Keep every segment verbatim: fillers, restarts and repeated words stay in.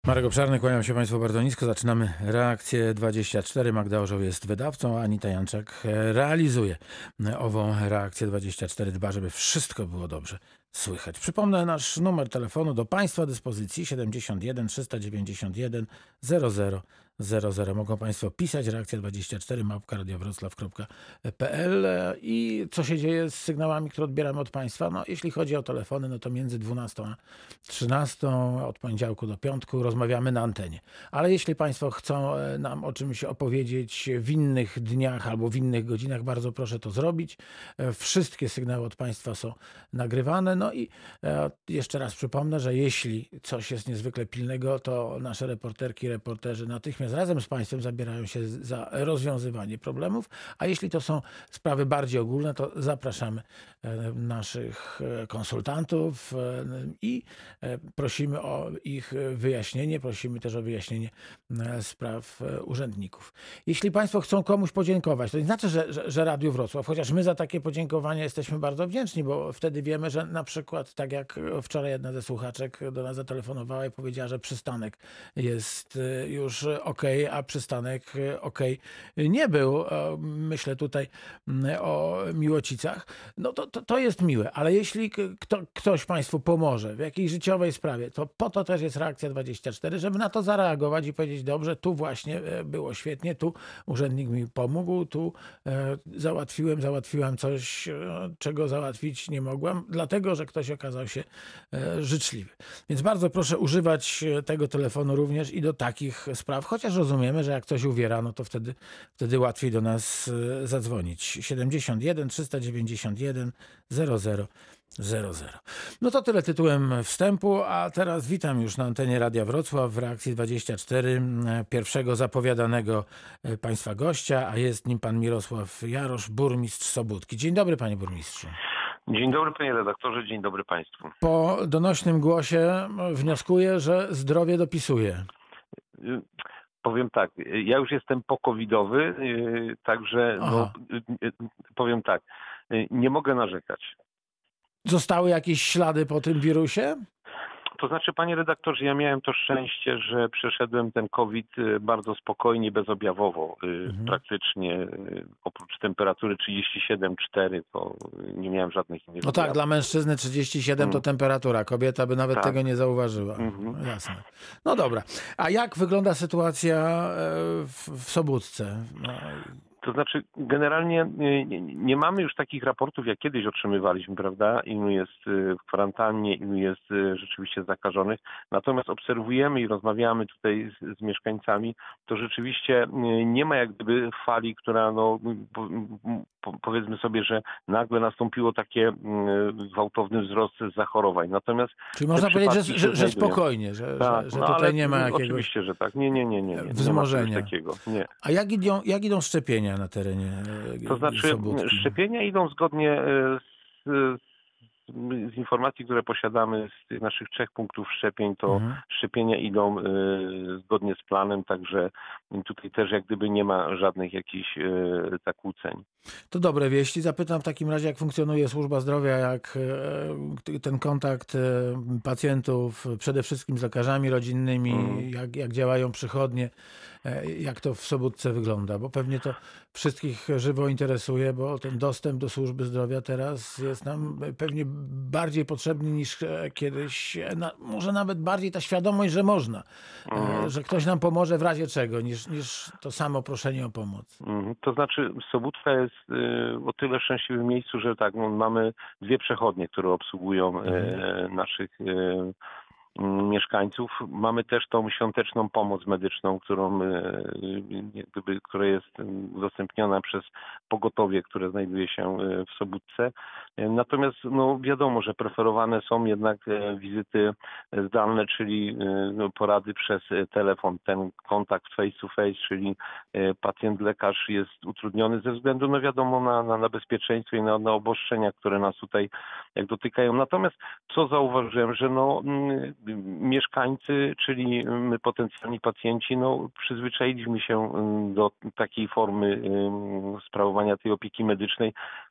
Marek Obszarny, kłaniam się Państwu bardzo nisko. Zaczynamy Reakcję dwadzieścia cztery. Magda Orzeł jest wydawcą, a Anita Janczak realizuje ową Reakcję dwadzieścia cztery. Dba, żeby wszystko było dobrze słychać. Przypomnę nasz numer telefonu do Państwa dyspozycji siedemdziesiąt jeden trzysta dziewięćdziesiąt jeden zero zero zero zero. Mogą Państwo pisać reakcja dwadzieścia cztery małpka radiowroclaw kropka p l. I co się dzieje z sygnałami, które odbieramy od Państwa? No, jeśli chodzi o telefony, no to między dwunastą a trzynastą, od poniedziałku do piątku rozmawiamy na antenie. Ale jeśli Państwo chcą nam o czymś opowiedzieć w innych dniach albo w innych godzinach, bardzo proszę to zrobić. Wszystkie sygnały od Państwa są nagrywane. No i jeszcze raz przypomnę, że jeśli coś jest niezwykle pilnego, to nasze reporterki, reporterzy natychmiast razem z Państwem zabierają się za rozwiązywanie problemów, a jeśli to są sprawy bardziej ogólne, to zapraszamy naszych konsultantów i prosimy o ich wyjaśnienie, prosimy też o wyjaśnienie spraw urzędników. Jeśli Państwo chcą komuś podziękować, to nie znaczy, że, że, że Radiu Wrocław, chociaż my za takie podziękowania jesteśmy bardzo wdzięczni, bo wtedy wiemy, że na przykład, tak jak wczoraj jedna ze słuchaczek do nas zatelefonowała i powiedziała, że przystanek jest już ok, a przystanek ok nie był. Myślę tutaj o Miłocicach. No to, to, to jest miłe, ale jeśli kto, ktoś Państwu pomoże w jakiejś życiowej sprawie, to po to też jest Reakcja dwadzieścia cztery, żeby na to zareagować i powiedzieć: dobrze, tu właśnie było świetnie, tu urzędnik mi pomógł, tu załatwiłem, załatwiłam coś, czego załatwić nie mogłam, dlatego, że ktoś okazał się życzliwy. Więc bardzo proszę używać tego telefonu również i do takich spraw, chociaż rozumiemy, że jak coś uwiera, no to wtedy, wtedy łatwiej do nas zadzwonić. siedemdziesiąt jeden trzysta dziewięćdziesiąt jeden zero zero zero zero. No to tyle tytułem wstępu, a teraz witam już na antenie Radia Wrocław w Reakcji dwadzieścia cztery pierwszego zapowiadanego Państwa gościa, a jest nim pan Mirosław Jarosz, burmistrz Sobótki. Dzień dobry, panie burmistrzu. Dzień dobry, panie redaktorze, dzień dobry państwu. Po donośnym głosie wnioskuję, że zdrowie dopisuje. Powiem tak, ja już jestem pokowidowy, także no, powiem tak, nie mogę narzekać. Zostały jakieś ślady po tym wirusie? To znaczy, panie redaktorze, ja miałem to szczęście, że przeszedłem ten COVID bardzo spokojnie, bezobjawowo. Mhm. Praktycznie oprócz temperatury trzydzieści siedem przecinek cztery to nie miałem żadnych innych No objawów. tak, dla mężczyzny trzydzieści siedem mhm. to temperatura. Kobieta by nawet tak. tego nie zauważyła. Mhm. No, jasne. No dobra. A jak wygląda sytuacja w, w Sobótce? No. To znaczy, generalnie nie, nie mamy już takich raportów, jak kiedyś otrzymywaliśmy, prawda? Ilu jest w kwarantannie, ilu jest rzeczywiście zakażonych. Natomiast obserwujemy i rozmawiamy tutaj z, z mieszkańcami, to rzeczywiście nie ma jak gdyby fali, która, no, po, po, powiedzmy sobie, że nagle nastąpiło takie gwałtowny wzrost zachorowań. Natomiast czyli można powiedzieć, że, że, że spokojnie, że, tak, że, że no, tutaj ale nie ma jakiegoś oczywiście, że tak. Nie, nie, nie, nie. nie. wzmożenia. Nie ma takiego. Nie. A jak idą, jak idą szczepienia na terenie To znaczy Sobótki? Szczepienia idą zgodnie z, z informacji, które posiadamy z tych naszych trzech punktów szczepień, to mhm. szczepienia idą zgodnie z planem, także tutaj też jak gdyby nie ma żadnych jakichś zakłóceń. To dobre wieści. Zapytam w takim razie, jak funkcjonuje służba zdrowia, jak ten kontakt pacjentów, przede wszystkim z lekarzami rodzinnymi, mhm. jak, jak działają przychodnie, jak to w Sobótce wygląda, bo pewnie to wszystkich żywo interesuje, bo ten dostęp do służby zdrowia teraz jest nam pewnie bardziej potrzebny niż kiedyś, może nawet bardziej ta świadomość, że można, mhm. że ktoś nam pomoże w razie czego, niż, niż to samo proszenie o pomoc. Mhm. To znaczy Sobótka jest o tyle szczęśliwym miejscu, że tak, no, mamy dwie przechodnie, które obsługują mhm. naszych mieszkańców. Mamy też tą świąteczną pomoc medyczną, którą, jakby, która jest udostępniona przez pogotowie, które znajduje się w Sobótce. Natomiast no, wiadomo, że preferowane są jednak wizyty zdalne, czyli no, porady przez telefon. Ten kontakt face to face, czyli pacjent-lekarz jest utrudniony ze względu, no wiadomo, na, na, na bezpieczeństwo i na, na obostrzenia, które nas tutaj jak dotykają. Natomiast co zauważyłem, że no mieszkańcy, czyli my potencjalni pacjenci, no przyzwyczailiśmy się do takiej formy sprawowania tej opieki medycznej,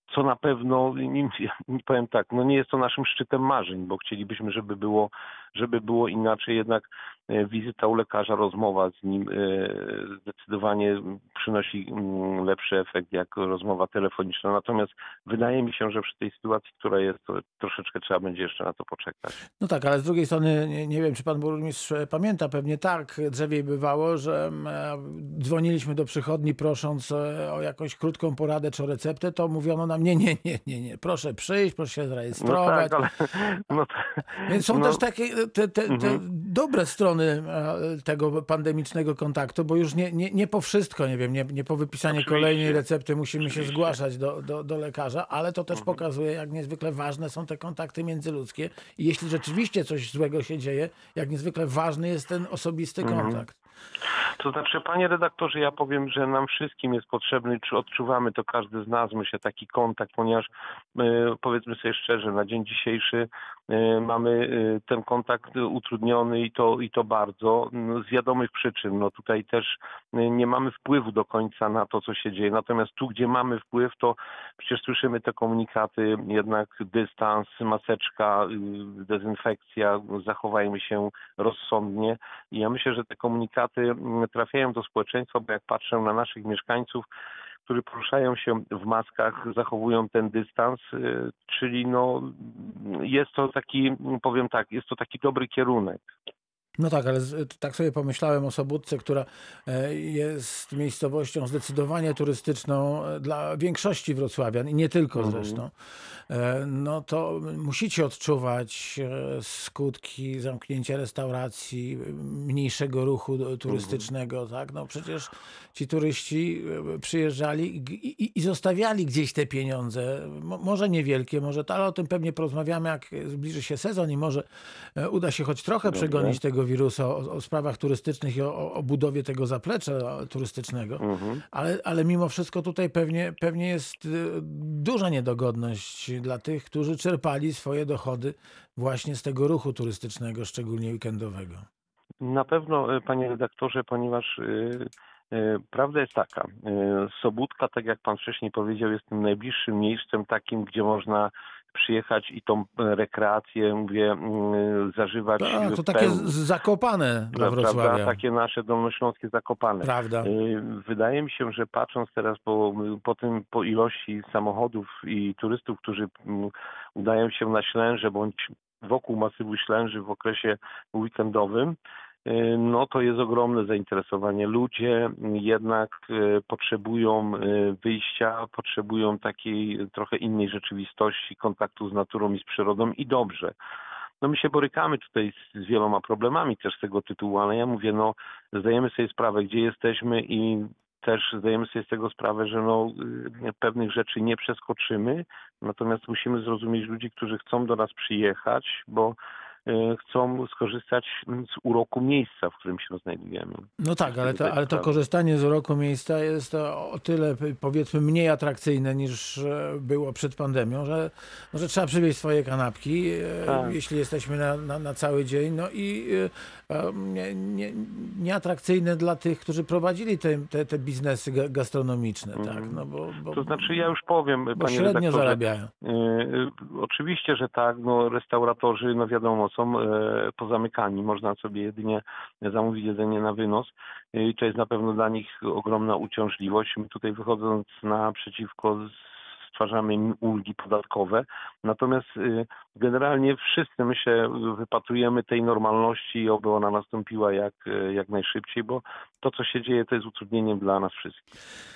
co na pewno, nie, nie powiem tak, no nie jest to naszym szczytem marzeń, bo chcielibyśmy, żeby było, żeby było inaczej, jednak e, wizyta u lekarza, rozmowa z nim e, zdecydowanie przynosi mm, lepszy efekt jak rozmowa telefoniczna. Natomiast wydaje mi się, że przy tej sytuacji, która jest, to troszeczkę trzeba będzie jeszcze na to poczekać. No tak, ale z drugiej strony nie, nie wiem, czy pan burmistrz pamięta, pewnie tak drzewiej bywało, że e, dzwoniliśmy do przychodni prosząc e, o jakąś krótką poradę czy o receptę, to mówiono nam nie, nie, nie, nie, nie, proszę przyjść, proszę się No zarejestrować. tak, ale no, to, Więc są no, też takie te, te, te mhm. dobre strony e, tego pandemicznego kontaktu, bo już nie, nie, nie po wszystko, nie wiem, nie, nie po wypisanie Oczywiście. kolejnej recepty musimy się Oczywiście. zgłaszać do, do, do lekarza, ale to też Mhm. pokazuje, jak niezwykle ważne są te kontakty międzyludzkie i jeśli rzeczywiście coś złego się dzieje, jak niezwykle ważny jest ten osobisty Mhm. kontakt. To znaczy, panie redaktorze, ja powiem, że nam wszystkim jest potrzebny, czy odczuwamy to każdy z nas, myślę, taki kontakt, ponieważ e, powiedzmy sobie szczerze, na dzień dzisiejszy e, mamy e, ten kontakt utrudniony i to, i to bardzo no, z wiadomych przyczyn. No tutaj też e, nie mamy wpływu do końca na to, co się dzieje. Natomiast tu, gdzie mamy wpływ, to przecież słyszymy te komunikaty, jednak dystans, maseczka, y, dezynfekcja, zachowajmy się rozsądnie. I ja myślę, że te komunikaty trafiają do społeczeństwa, bo jak patrzę na naszych mieszkańców, którzy poruszają się w maskach, zachowują ten dystans, y, czyli no jest to taki, powiem tak, jest to taki dobry kierunek. No tak, ale z, tak sobie pomyślałem o Sobótce, która e, jest miejscowością zdecydowanie turystyczną e, dla większości wrocławian i nie tylko Mhm. zresztą. E, no to musicie odczuwać e, skutki zamknięcia restauracji, mniejszego ruchu do- turystycznego, tak? No przecież ci turyści e, przyjeżdżali i, i, i zostawiali gdzieś te pieniądze, Mo, może niewielkie, może to, ale o tym pewnie porozmawiamy, jak zbliży się sezon i może e, uda się choć trochę Dobrze. przegonić tego wirusa, o, o sprawach turystycznych i o, o budowie tego zaplecza turystycznego, Mhm. ale, ale mimo wszystko tutaj pewnie, pewnie jest y, duża niedogodność dla tych, którzy czerpali swoje dochody właśnie z tego ruchu turystycznego, szczególnie weekendowego. Na pewno, e, panie redaktorze, ponieważ y, y, prawda jest taka, y, Sobótka, tak jak pan wcześniej powiedział, jest tym najbliższym miejscem takim, gdzie można przyjechać i tą e, rekreację, mówię, y, zażywać A, to w takie pełni. z- zakopane dla Pra- Prawda? Wrocławia, Takie nasze dolnośląskie Zakopane. prawda? Y, Wydaje mi się, że patrząc teraz po, po tym, po ilości samochodów i turystów, którzy mm, udają się na Ślęże bądź wokół masywu Ślęży w okresie weekendowym, y, no to jest ogromne zainteresowanie. Ludzie mm, jednak y, potrzebują y, wyjścia, potrzebują takiej trochę innej rzeczywistości, kontaktu z naturą i z przyrodą i dobrze. No my się borykamy tutaj z, z wieloma problemami też z tego tytułu, ale ja mówię, no zdajemy sobie sprawę, gdzie jesteśmy i też zdajemy sobie z tego sprawę, że no, y, pewnych rzeczy nie przeskoczymy, natomiast musimy zrozumieć ludzi, którzy chcą do nas przyjechać, bo y, chcą skorzystać z uroku miejsca, w którym się znajdujemy. No tak, ale to, Tutaj ale to sprawa. korzystanie z uroku miejsca jest o tyle, powiedzmy, mniej atrakcyjne niż e, było przed pandemią, że, no, że trzeba przywieźć swoje kanapki, e, Tak. jeśli jesteśmy na, na, na cały dzień. No i e, e, nie, nie, nieatrakcyjne dla tych, którzy prowadzili te, te, te biznesy ga- gastronomiczne, tak? Mhm. No bo, bo, To znaczy ja już powiem, bo panie średnio redaktorze, zarabiają. y, y, oczywiście, że tak, no restauratorzy, no wiadomo, są e, pozamykani, można sobie jedynie zamówić jedzenie na wynos y, i to jest na pewno dla nich ogromna uciążliwość. My tutaj wychodząc naprzeciwko stwarzamy im ulgi podatkowe, natomiast y, generalnie wszyscy, myślę, wypatrujemy tej normalności i oby ona nastąpiła jak, y, jak najszybciej, bo to, co się dzieje, to jest utrudnieniem dla nas wszystkich.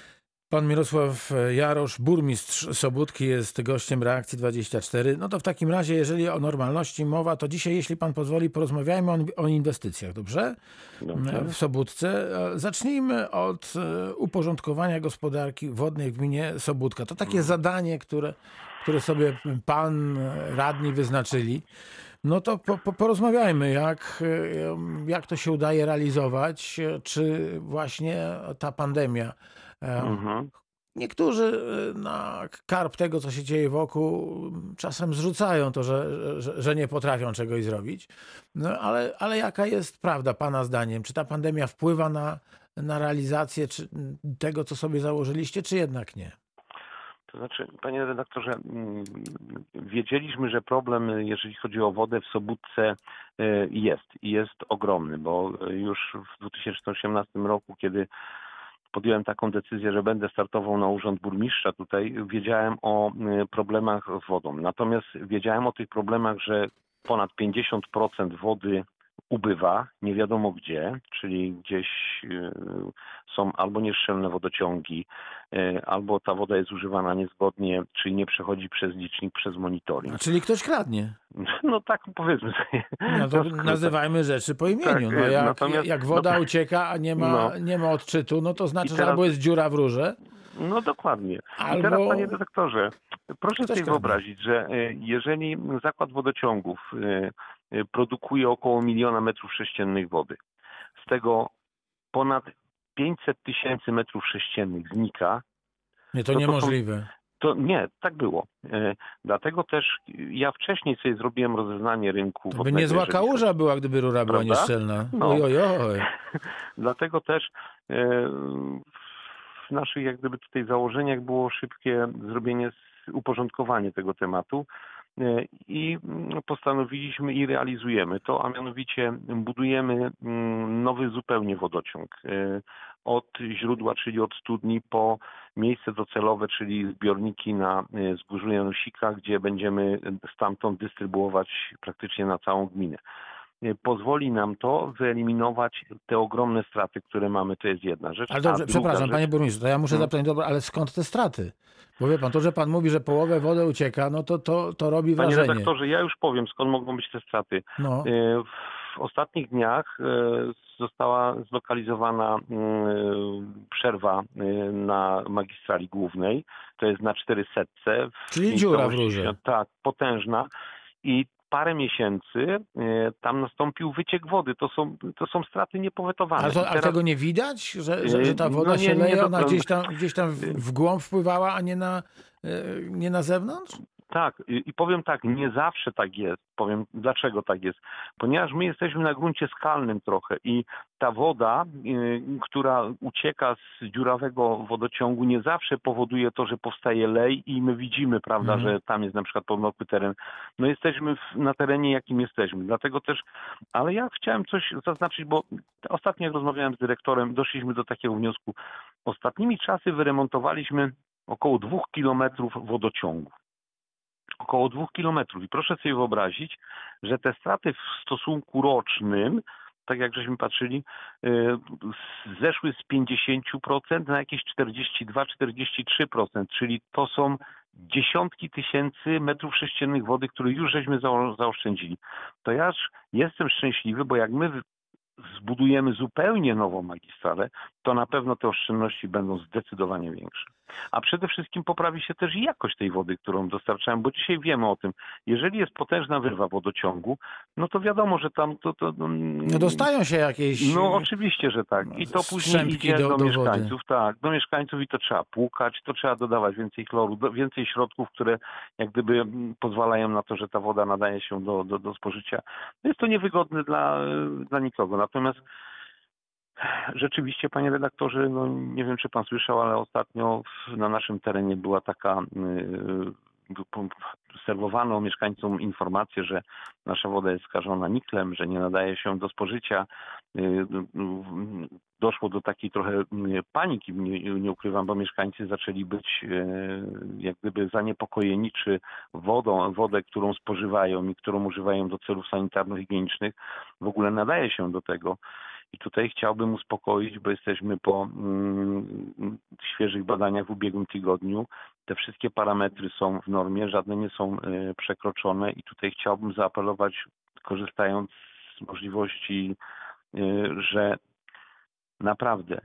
Pan Mirosław Jarosz, burmistrz Sobótki, jest gościem Reakcji dwadzieścia cztery. No to w takim razie, jeżeli o normalności mowa, to dzisiaj, jeśli pan pozwoli, porozmawiajmy o, o inwestycjach, dobrze? Dobrze. W Sobótce. Zacznijmy od e, uporządkowania gospodarki wodnej w gminie Sobótka. To takie zadanie, które, które sobie pan, e, radni wyznaczyli. No to po, po, porozmawiajmy, jak, e, jak to się udaje realizować, e, czy właśnie ta pandemia. e, Mhm. Niektórzy e, na karb tego, co się dzieje wokół, czasem zrzucają to, że, że, że nie potrafią czegoś zrobić. No, ale, ale jaka jest prawda pana zdaniem? Czy ta pandemia wpływa na, na realizację czy, tego, co sobie założyliście, czy jednak nie? To znaczy, panie redaktorze, mm, wiedzieliśmy, że problem, jeżeli chodzi o wodę w Sobótce, y, jest i jest ogromny, bo już w dwa tysiące osiemnastym roku, kiedy podjąłem taką decyzję, że będę startował na urząd burmistrza tutaj, wiedziałem o y, problemach z wodą. Natomiast wiedziałem o tych problemach, że ponad pięćdziesiąt procent wody ubywa, nie wiadomo gdzie, czyli gdzieś y, są albo nieszczelne wodociągi, y, albo ta woda jest używana niezgodnie, czyli nie przechodzi przez licznik, przez A monitoring. czyli ktoś kradnie. No tak powiedzmy sobie. No to No, skoro tak. nazywajmy rzeczy po imieniu. Tak, No y, jak, natomiast- jak woda no- ucieka, a nie ma, No. nie ma odczytu, no to znaczy, że teraz- albo jest dziura w rurze, No dokładnie. I Albo teraz, panie redaktorze, proszę ktoś sobie kradnie. wyobrazić, że y, jeżeli zakład wodociągów y, y, produkuje około miliona metrów sześciennych wody, z tego ponad pięćset tysięcy metrów sześciennych znika, nie, to to są- niemożliwe. to nie, tak było. Y, Dlatego też ja wcześniej sobie zrobiłem rozeznanie rynku To by wodnego. niezła jeżeli kałuża była, gdyby rura była Prawda? nieszczelna. No. Oj, oj, oj. Dlatego też e, w naszych jak gdyby tutaj założeniach było szybkie zrobienie, s- uporządkowanie tego tematu e, i mm, postanowiliśmy i realizujemy to, a mianowicie budujemy mm, nowy zupełnie wodociąg e, od źródła, czyli od studni po miejsce docelowe, czyli zbiorniki na e, Wzgórzu Janusika, gdzie będziemy stamtąd dystrybuować praktycznie na całą gminę. Pozwoli nam to wyeliminować te ogromne straty, które mamy. To jest jedna rzecz. Ale A dobrze, druga przepraszam, rzecz, panie burmistrzu, to ja muszę Hmm. zapytać, dobra, ale skąd te straty? Bo wie pan, to, że pan mówi, że połowę wody ucieka, no to, to, to robi Panie wrażenie. redaktorze, ja już powiem, skąd mogą być te straty. No. E, W ostatnich dniach e, została zlokalizowana e, przerwa e, na magistrali głównej. To jest na czterysetce. w Czyli dziura w miejscowości- rurze. Tak, potężna. I parę miesięcy e, tam nastąpił wyciek wody. To są, to są straty niepowetowane. Ale, to, I ale teraz- tego nie widać, że, że, że ta woda No nie, się nie leje, do ona końca. gdzieś tam, gdzieś tam w, w głąb wpływała, a nie na, e, nie na zewnątrz? Tak, i i powiem tak, nie zawsze tak jest. Powiem dlaczego tak jest. Ponieważ my jesteśmy na gruncie skalnym trochę i ta woda, y, która ucieka z dziurawego wodociągu, nie zawsze powoduje to, że powstaje lej i my widzimy, prawda, Mhm. że tam jest na przykład podmokły teren. No jesteśmy w, na terenie, jakim jesteśmy. Dlatego też, ale ja chciałem coś zaznaczyć, bo ostatnio jak rozmawiałem z dyrektorem, doszliśmy do takiego wniosku. Ostatnimi czasy wyremontowaliśmy około dwóch kilometrów wodociągu. Około dwóch kilometrów. I proszę sobie wyobrazić, że te straty w stosunku rocznym, tak jak żeśmy patrzyli, y, zeszły z pięćdziesiąt procent na jakieś czterdzieści dwa czterdzieści trzy procent, czyli to są dziesiątki tysięcy metrów sześciennych wody, które już żeśmy zao- zaoszczędzili. To ja aż jestem szczęśliwy, bo jak my w- zbudujemy zupełnie nową magistralę, to na pewno te oszczędności będą zdecydowanie większe. A przede wszystkim poprawi się też jakość tej wody, którą dostarczają, bo dzisiaj wiemy o tym. Jeżeli jest potężna wyrwa wodociągu, no to wiadomo, że tam to... to No dostają się jakieś... no oczywiście, że tak. I to później strzępki idzie do- do, do mieszkańców. Tak, do mieszkańców i to trzeba płukać, to trzeba dodawać więcej chloru, do, więcej środków, które jak gdyby mm, pozwalają na to, że ta woda nadaje się do, do, do spożycia. Jest to niewygodne dla, dla nikogo. Natomiast rzeczywiście, panie redaktorze, no nie wiem, czy pan słyszał, ale ostatnio w, na naszym terenie była taka... Yy, serwowano mieszkańcom informację, że nasza woda jest skażona niklem, że nie nadaje się do spożycia. Yy, Doszło do takiej trochę yy, paniki, nie, nie ukrywam, bo mieszkańcy zaczęli być yy, jak gdyby zaniepokojeni, czy wodą, wodę, którą spożywają i którą używają do celów sanitarno-higienicznych, w ogóle nadaje się do tego. I tutaj chciałbym uspokoić, bo jesteśmy po mm, świeżych badaniach w ubiegłym tygodniu. Te wszystkie parametry są w normie, żadne nie są y, przekroczone i tutaj chciałbym zaapelować, korzystając z możliwości, y, że naprawdę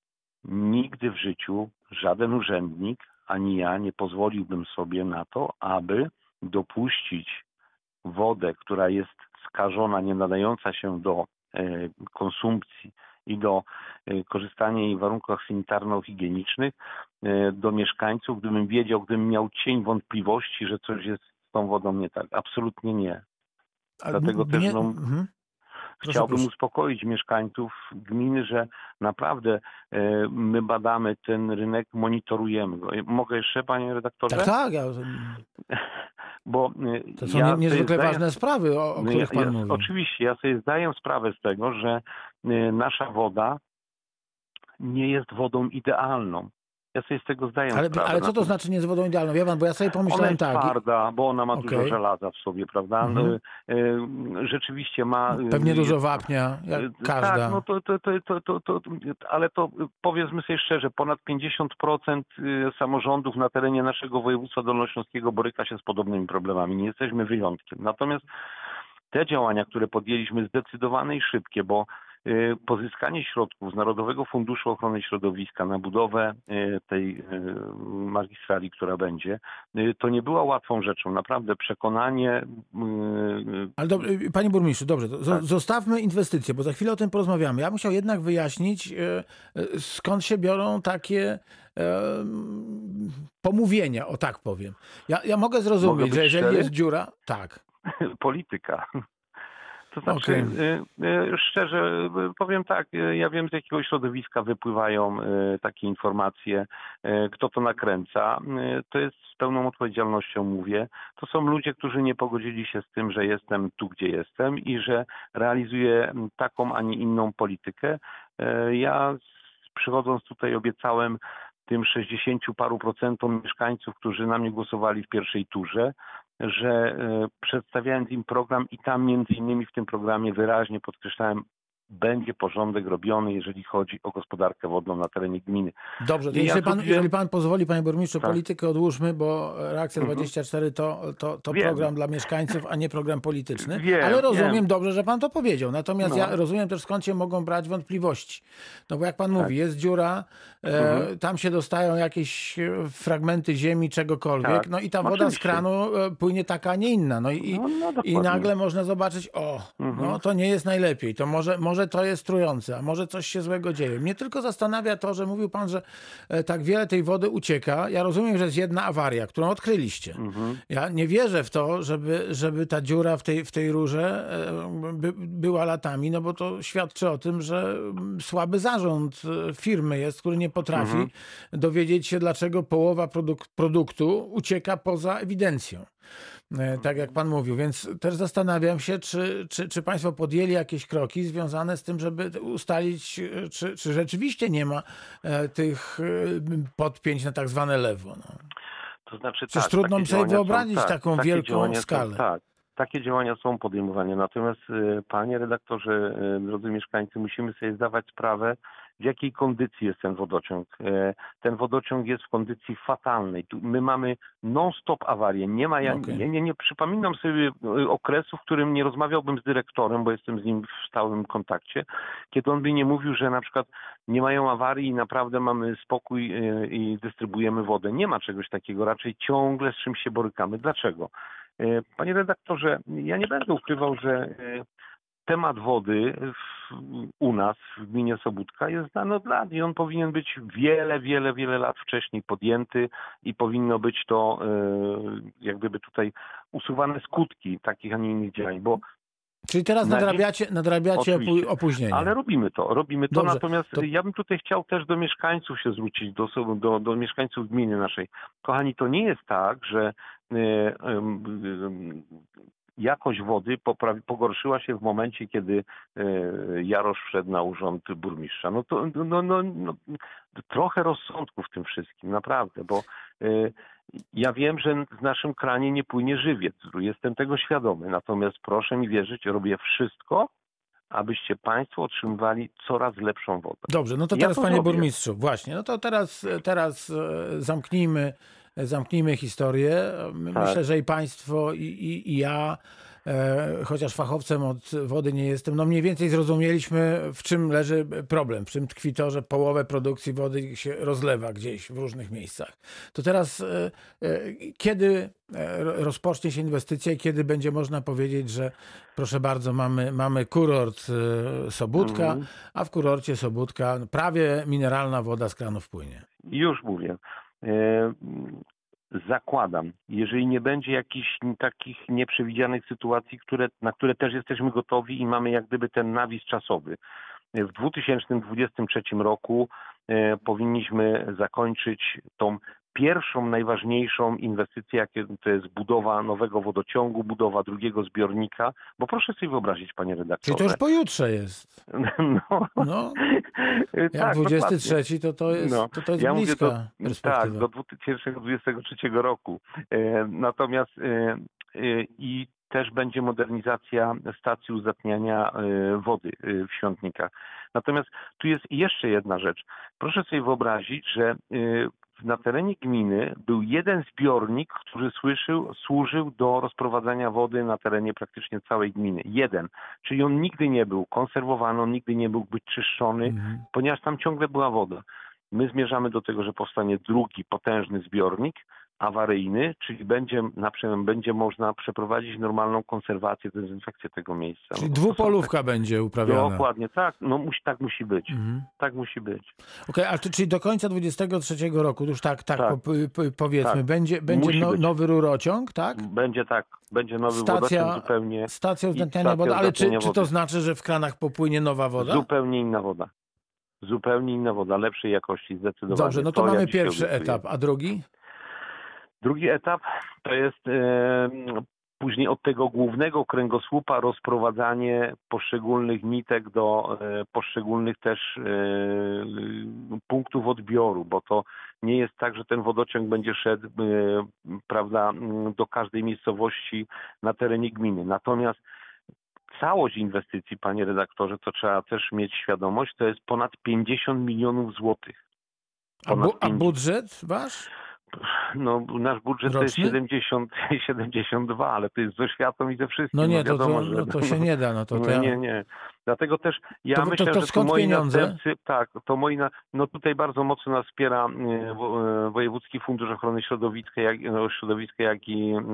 nigdy w życiu żaden urzędnik, ani ja nie pozwoliłbym sobie na to, aby dopuścić wodę, która jest skażona, nie nadająca się do konsumpcji i do korzystania jej w warunkach sanitarno-higienicznych do mieszkańców, gdybym wiedział, gdybym miał cień wątpliwości, że coś jest z tą wodą nie tak. Absolutnie nie. Ale Dlatego nie- też no, mhm. Proszę, chciałbym proszę. uspokoić mieszkańców gminy, że naprawdę e, my badamy ten rynek, monitorujemy go. Mogę jeszcze, panie redaktorze? Tak, tak. Ja, Bo e, to są ja nie, sobie niezwykle zdaję, ważne sprawy, o, o no których ja, pan ja, mówi. oczywiście, ja sobie zdaję sprawę z tego, że e, nasza woda nie jest wodą idealną. Ja sobie z tego zdaję Ale, sprawę. ale co to Natomiast znaczy nie z wodą idealną? Wie pan, bo ja sobie ona pomyślałem jest tak. i- twarda, bo ona ma dużo Okej. żelaza w sobie, prawda? Mhm. Y, y, Rzeczywiście ma... y, Pewnie dużo jest- wapnia, jak y, każda. Tak, no to, to, to, to, to, to, ale to y, powiedzmy sobie szczerze, ponad pięćdziesiąt procent y, samorządów na terenie naszego województwa dolnośląskiego boryka się z podobnymi problemami. Nie jesteśmy wyjątkiem. Natomiast te działania, które podjęliśmy, zdecydowane i szybkie, bo y, pozyskanie środków z Narodowego Funduszu Ochrony Środowiska na budowę y, tej y, magistrali, która będzie, y, to nie była łatwą rzeczą. Naprawdę przekonanie... y, Ale dob- y, panie burmistrzu, dobrze, to zo- Tak. zostawmy inwestycje, bo za chwilę o tym porozmawiamy. Ja musiał jednak wyjaśnić, e, e, skąd się biorą takie e, m, pomówienia, o tak powiem. Ja, ja mogę zrozumieć, Mogę być że jeżeli szczery? jest dziura, tak. polityka. To znaczy, Okej. y, y, szczerze y, powiem tak, y, ja wiem, z jakiego środowiska wypływają y, takie informacje, y, kto to nakręca. Y, To jest z pełną odpowiedzialnością mówię. To są ludzie, którzy nie pogodzili się z tym, że jestem tu, gdzie jestem i że realizuję mm, taką, a nie inną politykę. Y, Ja z- przychodząc tutaj obiecałem tym sześćdziesięciu paru procentom mieszkańców, którzy na mnie głosowali w pierwszej turze, że e, przedstawiając im program i tam między innymi w tym programie wyraźnie podkreślałem, będzie porządek robiony, jeżeli chodzi o gospodarkę wodną na terenie gminy. Dobrze, to I ja jeżeli, pan, zrobiłem- jeżeli pan pozwoli, panie burmistrzu, Tak. politykę odłóżmy, bo Reakcja Mhm. dwadzieścia cztery to, to, to Wiem. program dla mieszkańców, a nie program polityczny. Wiem, Ale rozumiem wiem. dobrze, że pan to powiedział. Natomiast No. ja rozumiem też, skąd się mogą brać wątpliwości. No bo jak pan mówi, jest dziura, e, Mhm. tam się dostają jakieś e, fragmenty ziemi, czegokolwiek, Tak, no i ta woda z oczywiście. kranu e, płynie taka, a nie inna. No i, No, no, i dokładnie. nagle można zobaczyć, o, Mhm. no to nie jest najlepiej, to może, może to jest trujące, a może coś się złego dzieje. Mnie tylko zastanawia to, że mówił pan, że e, tak wiele tej wody ucieka. Ja rozumiem, że jest jedna awaria, którą odkryliście. Mhm. Ja nie wierzę w to, żeby, żeby ta dziura w tej, w tej rurze e, by, była latami, no bo to świadczy o tym, że mm, słaby zarząd e, firmy jest, który nie potrafi Mhm. dowiedzieć się, dlaczego połowa produk- produktu ucieka poza ewidencją. E, Tak jak pan mówił, więc też zastanawiam się, czy, czy, czy państwo podjęli jakieś kroki związane z tym, żeby ustalić, e, czy, czy rzeczywiście nie ma e, tych e, podpięć na tak zwane lewo. No. To znaczy, Przecież tak, trudno takie mi sobie działania wyobrazić są, tak, taką takie wielką działania skalę. Są, tak, takie działania są podejmowane. Natomiast y, panie redaktorze, y, drodzy mieszkańcy, musimy sobie zdawać sprawę, w jakiej kondycji jest ten wodociąg. E, Ten wodociąg jest w kondycji fatalnej. Tu my mamy non-stop awarię. Nie ma, ja Okej. nie, nie, nie przypominam sobie y, okresu, w którym nie rozmawiałbym z dyrektorem, bo jestem z nim w stałym kontakcie, kiedy on by nie mówił, że na przykład nie mają awarii i naprawdę mamy spokój y, i dystrybuujemy wodę. Nie ma czegoś takiego. Raczej ciągle z czymś się borykamy. Dlaczego? E, Panie redaktorze, ja nie będę ukrywał, że e, temat wody w, u nas w gminie Sobótka jest znany od lat i on powinien być wiele, wiele, wiele lat wcześniej podjęty i powinno być to e, jak gdyby tutaj usuwane skutki takich, a nie innych działań, bo Czyli teraz Na dzień- nadrabiacie, nadrabiacie opu- Oczywiście. opóźnienie. ale robimy to, robimy to, Dobrze, natomiast to- ja bym tutaj chciał też do mieszkańców się zwrócić, do, so- do, do mieszkańców gminy naszej. Kochani, to nie jest tak, że e, em, em, jakość wody poprawi, pogorszyła się w momencie, kiedy e, Jarosz wszedł na urząd burmistrza. No to no, no, no, trochę rozsądku w tym wszystkim, naprawdę, bo e, ja wiem, że w naszym kranie nie płynie żywiec, jestem tego świadomy, natomiast proszę mi wierzyć, robię wszystko, abyście państwo otrzymywali coraz lepszą wodę. Dobrze, no to Ja teraz to panie zrobię. burmistrzu, właśnie, no to teraz, teraz e, zamknijmy, zamknijmy historię. My- Tak. Myślę, że i państwo, i, i, i ja, e, chociaż fachowcem od wody nie jestem, no mniej więcej zrozumieliśmy, w czym leży problem, w czym tkwi to, że połowę produkcji wody się rozlewa gdzieś w różnych miejscach. To teraz e, e, kiedy e, ro- rozpocznie się inwestycja i kiedy będzie można powiedzieć, że proszę bardzo, mamy, mamy kurort e, Sobótka, Mhm. a w kurorcie Sobótka prawie mineralna woda z kranów płynie. Już mówię. E, zakładam, jeżeli nie będzie jakichś takich nieprzewidzianych sytuacji, które, na które też jesteśmy gotowi i mamy jak gdyby ten nawis czasowy. W dwa tysiące dwudziestym trzecim roku e, powinniśmy zakończyć tą pierwszą, najważniejszą inwestycję, jakie to jest budowa nowego wodociągu, budowa drugiego zbiornika, bo proszę sobie wyobrazić, panie redaktorze. Czyli to już pojutrze jest. No, No, jak tak, dwudziesty trzeci to to jest, no, to, to jest ja mówię bliska do, tak, perspektywa. do dwa tysiące dwudziestego trzeciego roku. E, natomiast e, e, i też będzie modernizacja stacji uzdatniania e, wody e, w Świątnikach. Natomiast tu jest jeszcze jedna rzecz. Proszę sobie wyobrazić, że e, na terenie gminy był jeden zbiornik, który słyszył, służył do rozprowadzania wody na terenie praktycznie całej gminy. Jeden. Czyli on nigdy nie był konserwowany, on nigdy nie mógł być czyszczony, Mhm. ponieważ tam ciągle była woda. My zmierzamy do tego, że powstanie drugi potężny zbiornik awaryjny, czyli będzie, na przykład, będzie można przeprowadzić normalną konserwację, dezynfekcję tego miejsca. Czyli No, to są dwupolówka będzie tak, uprawiana. dokładnie, tak. No musi, tak musi być. Mhm. Tak musi być. Okej, a to, czyli do końca dwudziestego trzeciego roku, już tak, tak, Tak. Po, po, powiedzmy, Tak. będzie, będzie Musi no, być. nowy rurociąg, tak? Będzie tak, będzie nowy Stacja- wodociąg zupełnie, Stacja i uzdatniania stacja wody, ale czy, uzdatniania czy to wody. znaczy, że w kranach popłynie nowa woda? zupełnie inna woda. Zupełnie inna woda, lepszej jakości zdecydowanie. Dobrze, no to ja mamy dzisiaj pierwszy obiecuję. etap, a drugi? Drugi etap to jest e, później od tego głównego kręgosłupa rozprowadzanie poszczególnych nitek do e, poszczególnych też e, punktów odbioru, bo to nie jest tak, że ten wodociąg będzie szedł e, prawda, do każdej miejscowości na terenie gminy. Natomiast całość inwestycji, panie redaktorze, to trzeba też mieć świadomość, to jest ponad pięćdziesiąt milionów złotych. A, Ponad bu, a pięćdziesiąt. budżet wasz? No, nasz budżet to jest Roczny? siedemdziesiąt, siedemdziesiąt dwa, ale to jest ze światą i ze wszystkim. No nie, to, wiadomo, to, że... no to się nie da. No to, to No, ja... nie, nie. Dlatego też ja To- to- myślę, to że tu skąd moi pieniądze? następcy, tak, to moi, na, no tutaj bardzo mocno nas wspiera e, wo- e, Wojewódzki Fundusz Ochrony Środowiska, jak, no, środowiska, jak i e,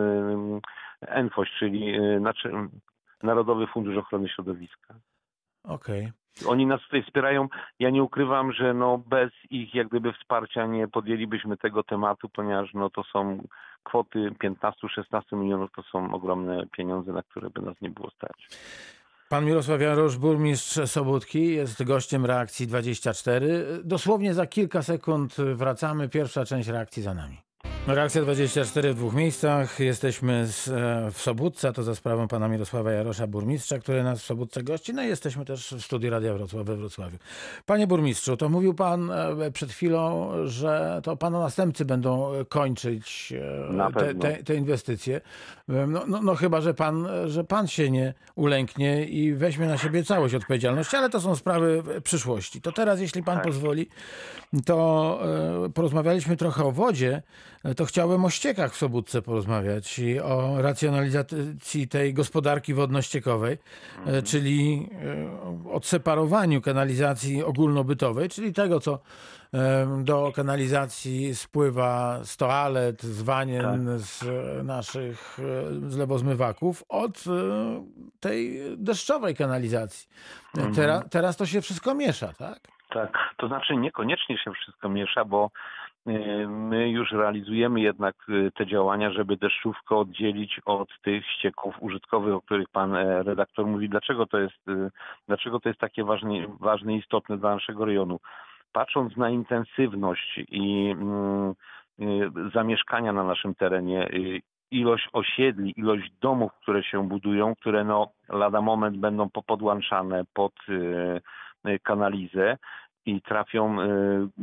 e, ENFOŚ, czyli e, znaczy, Narodowy Fundusz Ochrony Środowiska. Okej. Oni nas tutaj wspierają. Ja nie ukrywam, że no bez ich jak gdyby wsparcia nie podjęlibyśmy tego tematu, ponieważ no to są kwoty piętnaście szesnaście milionów, to są ogromne pieniądze, na które by nas nie było stać. Pan Mirosław Jarosz, burmistrz Sobótki, jest gościem Reakcji dwadzieścia cztery. Dosłownie za kilka sekund wracamy. Pierwsza część reakcji za nami. Reakcja dwadzieścia cztery w dwóch miejscach. Jesteśmy z, e, w Sobótce, a to za sprawą pana Mirosława Jarosza, burmistrza, który nas w Sobótce gości. No i jesteśmy też w studiu Radia Wrocław we Wrocławiu. Panie burmistrzu, to mówił pan e, przed chwilą, że to pana następcy będą kończyć e, Na te, pewno. te, te inwestycje. E, No, no, no chyba, że pan, że pan się nie ulęknie i weźmie na siebie całość odpowiedzialności, ale to są sprawy przyszłości. To teraz, jeśli pan Tak. pozwoli, to e, porozmawialiśmy trochę o wodzie, to chciałbym o ściekach w Sobótce porozmawiać i o racjonalizacji tej gospodarki wodno-ściekowej, e, czyli e, odseparowaniu kanalizacji ogólnobytowej, czyli tego, co e, do kanalizacji spływa z toalet, z wanien, z e, naszych e, zlewozmywaków, od e, tej deszczowej kanalizacji. E, Tera, teraz to się wszystko miesza, tak? Tak, to znaczy niekoniecznie się wszystko miesza, bo y, my już realizujemy jednak y, te działania, żeby deszczówkę oddzielić od tych ścieków użytkowych, o których pan e, redaktor mówi. Dlaczego to jest, y, dlaczego to jest takie ważne, ważne i istotne dla naszego rejonu? Patrząc na intensywność i mm, y, zamieszkania na naszym terenie, y, ilość osiedli, ilość domów, które się budują, które no lada moment będą popodłączane pod y, y, kanalizę i trafią y, y,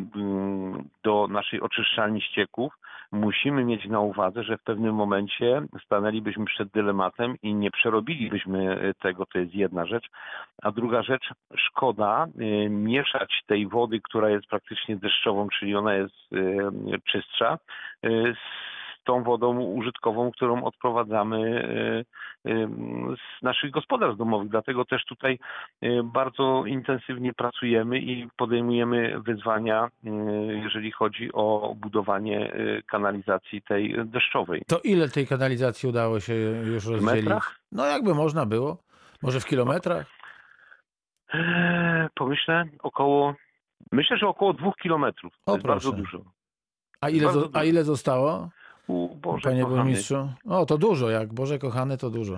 do naszej oczyszczalni ścieków, musimy mieć na uwadze, że w pewnym momencie stanęlibyśmy przed dylematem i nie przerobilibyśmy tego, to jest jedna rzecz. A druga rzecz, szkoda y, mieszać tej wody, która jest praktycznie deszczową, czyli ona jest y, czystsza, y, z tą wodą użytkową, którą odprowadzamy y, y, z naszych gospodarstw domowych. Dlatego też tutaj y, bardzo intensywnie pracujemy i podejmujemy wyzwania, y, jeżeli chodzi o budowanie y, kanalizacji tej deszczowej. To ile tej kanalizacji udało się już rozdzielić? metrach? No jakby można było. Może w kilometrach? Eee, pomyślę około, myślę, że około dwóch kilometrów. To O, jest bardzo proszę. dużo. A ile, Bardzo zo- a dużo. ile zostało, U Boże panie kochany. burmistrzu? O, to dużo, jak Boże kochany, to dużo.